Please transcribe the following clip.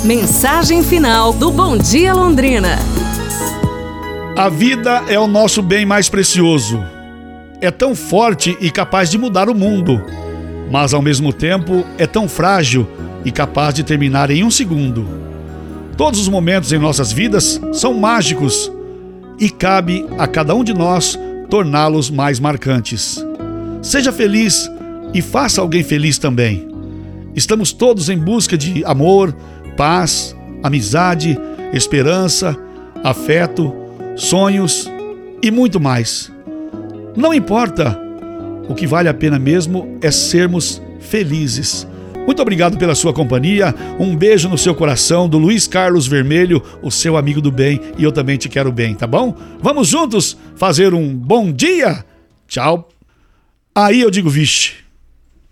Mensagem final do Bom Dia Londrina. A vida é o nosso bem mais precioso. É tão forte e capaz de mudar o mundo, mas ao mesmo tempo é tão frágil e capaz de terminar em um segundo. Todos os momentos em nossas vidas são mágicos e cabe a cada um de nós torná-los mais marcantes. Seja feliz e faça alguém feliz também. Estamos todos em busca de amor, paz, amizade, esperança, afeto, sonhos e muito mais. Não importa, o que vale a pena mesmo é sermos felizes. Muito obrigado pela sua companhia, um beijo no seu coração do Luiz Carlos Vermelho, o seu amigo do bem, e eu também te quero bem, tá bom? Vamos juntos fazer um bom dia? Tchau. Aí eu digo, vixe.